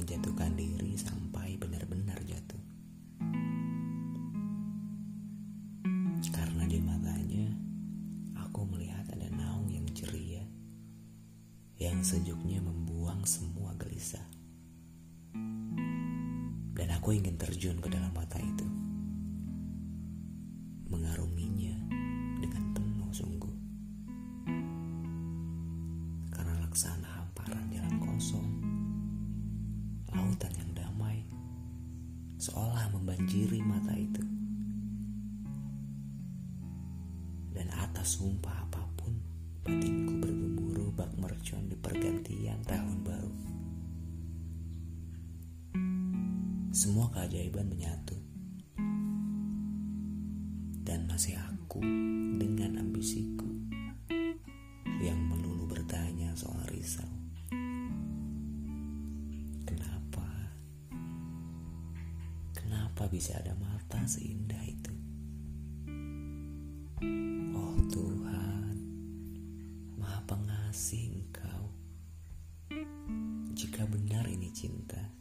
menjatuhkan diri sampai benar-benar jatuh. Karena di matanya aku melihat ada naung yang ceria, yang sejuknya membuang semua gelisah. Dan aku ingin terjun ke dalam mata itu, mengarunginya dengan penuh sungguh. Karena laksana hamparan jalan kosong, lautan yang damai seolah membanjiri mata itu. Dan atas sumpah apapun, batinku bergemuruh bak mercon di pergantian tahun baru. Semua keajaiban menyatu, dan masih aku dengan ambisiku yang melulu bertanya soal risau. Kenapa bisa ada mata seindah itu? Oh Tuhan, Maha Pengasih Engkau. Jika benar ini cinta,